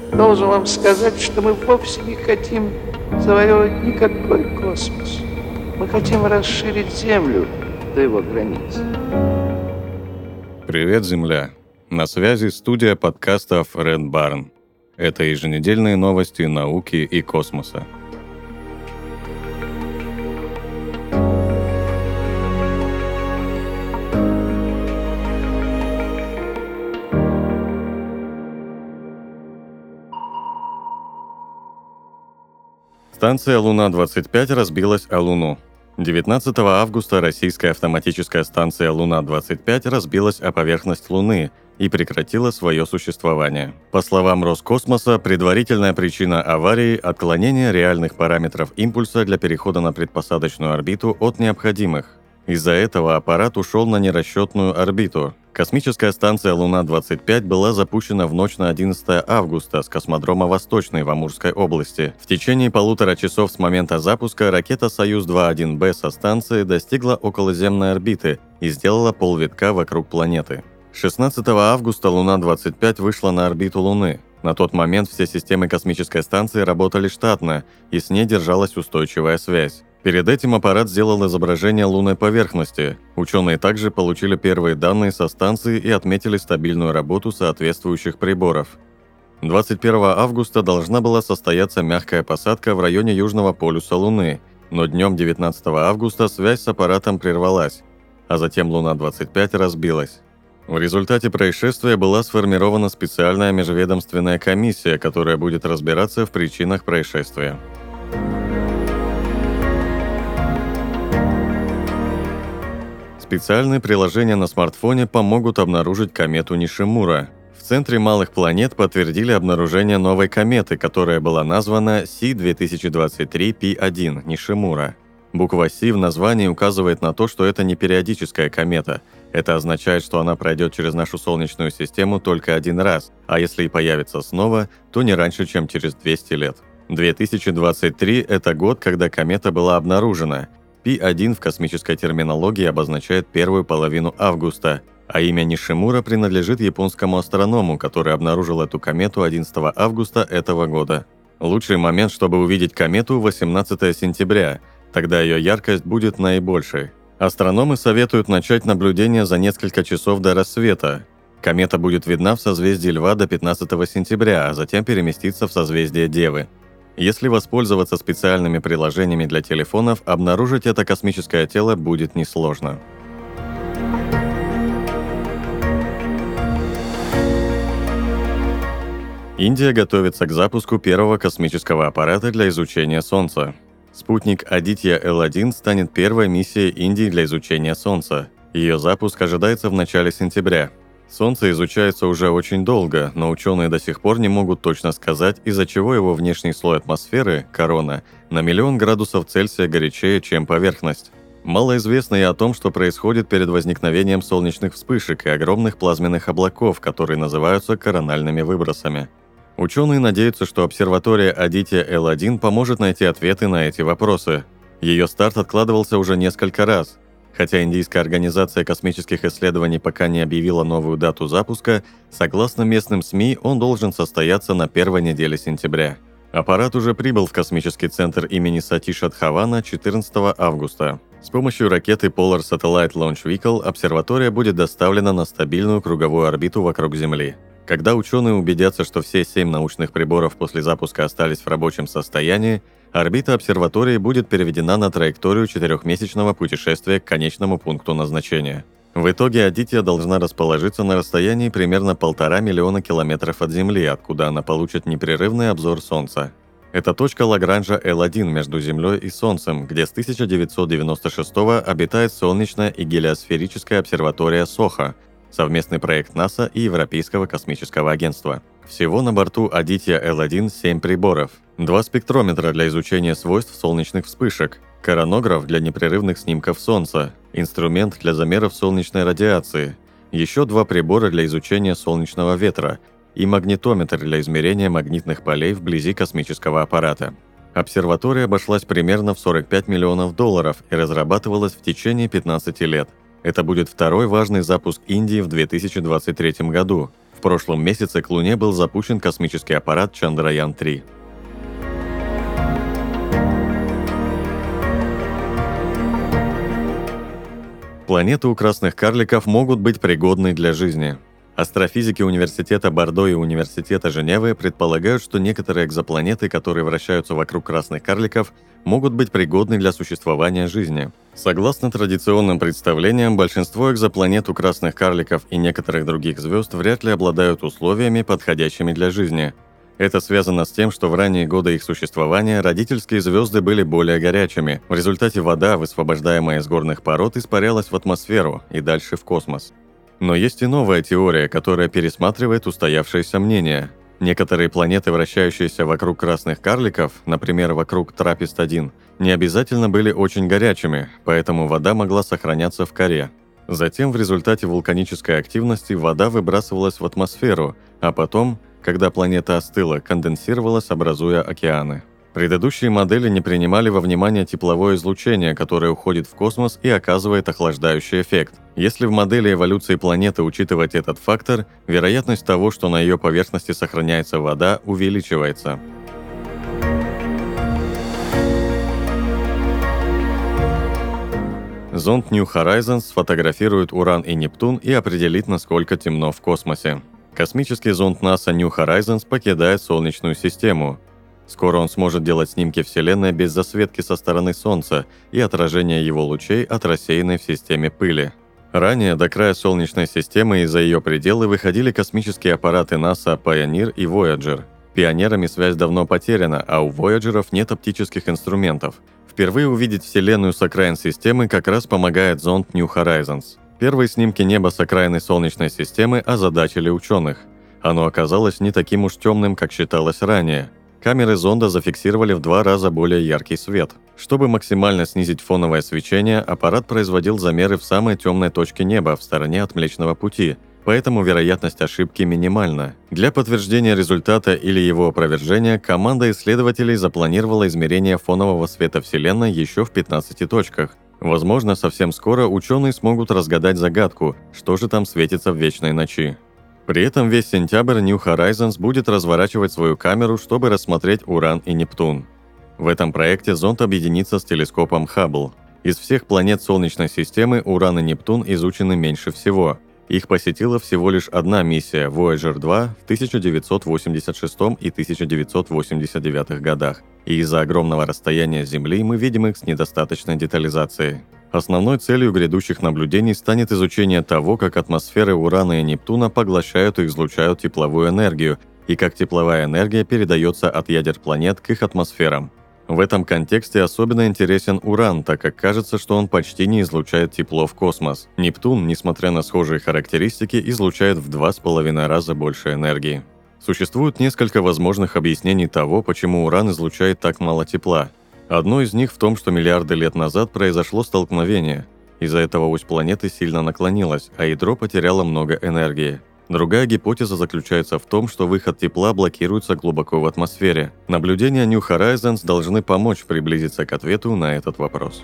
Должен вам сказать, что мы вовсе не хотим завоевывать никакой космос. Мы хотим расширить Землю до его границ. Привет, Земля! На связи студия подкастов Red Barn. Это еженедельные новости науки и космоса. Станция Луна-25 разбилась о Луну. 19 августа российская автоматическая станция Луна-25 разбилась о поверхность Луны и прекратила свое существование. По словам Роскосмоса, предварительная причина аварии – отклонение реальных параметров импульса для перехода на предпосадочную орбиту от необходимых. Из-за этого аппарат ушел на нерасчетную орбиту. Космическая станция Луна-25 была запущена в ночь на 11 августа с космодрома Восточный в Амурской области. В течение 1,5 часов с момента запуска ракета «Союз-2-1Б» со станции достигла околоземной орбиты и сделала полвитка вокруг планеты. 16 августа Луна-25 вышла на орбиту Луны. На тот момент все системы космической станции работали штатно, и с ней держалась устойчивая связь. Перед этим аппарат сделал изображение лунной поверхности. Ученые также получили первые данные со станции и отметили стабильную работу соответствующих приборов. 21 августа должна была состояться мягкая посадка в районе Южного полюса Луны, но днем 19 августа связь с аппаратом прервалась, а затем Луна-25 разбилась. В результате происшествия была сформирована специальная межведомственная комиссия, которая будет разбираться в причинах происшествия. Специальные приложения на смартфоне помогут обнаружить комету Нишимура. В Центре малых планет подтвердили обнаружение новой кометы, которая была названа C-2023P1 Нишимура. Буква C в названии указывает на то, что это не периодическая комета. Это означает, что она пройдет через нашу Солнечную систему только один раз, а если и появится снова, то не раньше, чем через 200 лет. 2023 – это год, когда комета была обнаружена. P1 в космической терминологии обозначает первую половину августа, а имя Нишимура принадлежит японскому астроному, который обнаружил эту комету 11 августа этого года. Лучший момент, чтобы увидеть комету – 18 сентября, тогда ее яркость будет наибольшей. Астрономы советуют начать наблюдение за несколько часов до рассвета. Комета будет видна в созвездии Льва до 15 сентября, а затем переместится в созвездие Девы. Если воспользоваться специальными приложениями для телефонов, обнаружить это космическое тело будет несложно. Индия готовится к запуску первого космического аппарата для изучения Солнца. Спутник Адитья-L1 станет первой миссией Индии для изучения Солнца. Ее запуск ожидается в начале сентября. Солнце изучается уже очень долго, но ученые до сих пор не могут точно сказать, из-за чего его внешний слой атмосферы, корона, на 1 000 000 градусов Цельсия горячее, чем поверхность. Мало известно и о том, что происходит перед возникновением солнечных вспышек и огромных плазменных облаков, которые называются корональными выбросами. Ученые надеются, что обсерватория Адитья-L1 поможет найти ответы на эти вопросы. Ее старт откладывался уже несколько раз. Хотя Индийская организация космических исследований пока не объявила новую дату запуска, согласно местным СМИ, он должен состояться на первой неделе сентября. Аппарат уже прибыл в космический центр имени Сатиша Дхавана 14 августа. С помощью ракеты Polar Satellite Launch Vehicle обсерватория будет доставлена на стабильную круговую орбиту вокруг Земли. Когда ученые убедятся, что все 7 научных приборов после запуска остались в рабочем состоянии, орбита обсерватории будет переведена на траекторию 4-месячного путешествия к конечному пункту назначения. В итоге Адитья должна расположиться на расстоянии примерно 1,5 миллиона километров от Земли, откуда она получит непрерывный обзор Солнца. Это точка Лагранжа L1 между Землей и Солнцем, где с 1996 обитает солнечная и гелиосферическая обсерватория СОХА, совместный проект НАСА и Европейского космического агентства. Всего на борту Адитья-L1 7 приборов, 2 спектрометра для изучения свойств солнечных вспышек, коронограф для непрерывных снимков Солнца, инструмент для замеров солнечной радиации, еще 2 прибора для изучения солнечного ветра и магнитометр для измерения магнитных полей вблизи космического аппарата. Обсерватория обошлась примерно в $45 миллионов и разрабатывалась в течение 15 лет. Это будет второй важный запуск Индии в 2023 году. В прошлом месяце к Луне был запущен космический аппарат Чандраян-3. Планеты у красных карликов могут быть пригодны для жизни. Астрофизики Университета Бордо и Университета Женевы предполагают, что некоторые экзопланеты, которые вращаются вокруг красных карликов, могут быть пригодны для существования жизни. Согласно традиционным представлениям, большинство экзопланет у красных карликов и некоторых других звезд вряд ли обладают условиями, подходящими для жизни. Это связано с тем, что в ранние годы их существования родительские звезды были более горячими. В результате вода, высвобождаемая из горных пород, испарялась в атмосферу и дальше в космос. Но есть и новая теория, которая пересматривает устоявшиеся мнения. Некоторые планеты, вращающиеся вокруг красных карликов, например, вокруг Траппист-1, не обязательно были очень горячими, поэтому вода могла сохраняться в коре. Затем в результате вулканической активности вода выбрасывалась в атмосферу, а потом, когда планета остыла, конденсировалась, образуя океаны. Предыдущие модели не принимали во внимание тепловое излучение, которое уходит в космос и оказывает охлаждающий эффект. Если в модели эволюции планеты учитывать этот фактор, вероятность того, что на ее поверхности сохраняется вода, увеличивается. Зонд New Horizons сфотографирует Уран и Нептун и определит, насколько темно в космосе. Космический зонд НАСА New Horizons покидает Солнечную систему. Скоро он сможет делать снимки Вселенной без засветки со стороны Солнца и отражения его лучей от рассеянной в системе пыли. Ранее до края Солнечной системы и за ее пределы выходили космические аппараты НАСА Pioneer и Voyager. Пионерами связь давно потеряна, а у Voyager'ов нет оптических инструментов. Впервые увидеть Вселенную с окраин системы как раз помогает зонд New Horizons. Первые снимки неба с окраины Солнечной системы озадачили ученых. Оно оказалось не таким уж темным, как считалось ранее. Камеры зонда зафиксировали в 2 раза более яркий свет. Чтобы максимально снизить фоновое свечение, аппарат производил замеры в самой темной точке неба в стороне от Млечного Пути, поэтому вероятность ошибки минимальна. Для подтверждения результата или его опровержения команда исследователей запланировала измерение фонового света Вселенной еще в 15 точках. Возможно, совсем скоро ученые смогут разгадать загадку, что же там светится в вечной ночи. При этом весь сентябрь New Horizons будет разворачивать свою камеру, чтобы рассмотреть Уран и Нептун. В этом проекте зонд объединится с телескопом Хаббл. Из всех планет Солнечной системы Уран и Нептун изучены меньше всего. Их посетила всего лишь одна миссия Voyager 2 в 1986 и 1989 годах, и из-за огромного расстояния с Земли мы видим их с недостаточной детализацией. Основной целью грядущих наблюдений станет изучение того, как атмосферы Урана и Нептуна поглощают и излучают тепловую энергию, и как тепловая энергия передается от ядер планет к их атмосферам. В этом контексте особенно интересен Уран, так как кажется, что он почти не излучает тепло в космос. Нептун, несмотря на схожие характеристики, излучает в 2,5 раза больше энергии. Существует несколько возможных объяснений того, почему Уран излучает так мало тепла. Одно из них в том, что миллиарды лет назад произошло столкновение. Из-за этого ось планеты сильно наклонилась, а ядро потеряло много энергии. Другая гипотеза заключается в том, что выход тепла блокируется глубоко в атмосфере. Наблюдения New Horizons должны помочь приблизиться к ответу на этот вопрос.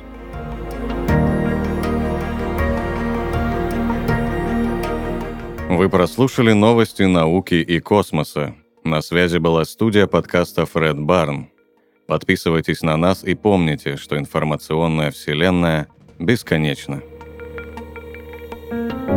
Вы прослушали новости науки и космоса. На связи была студия подкастов Red Barn. Подписывайтесь на нас и помните, что информационная вселенная бесконечна.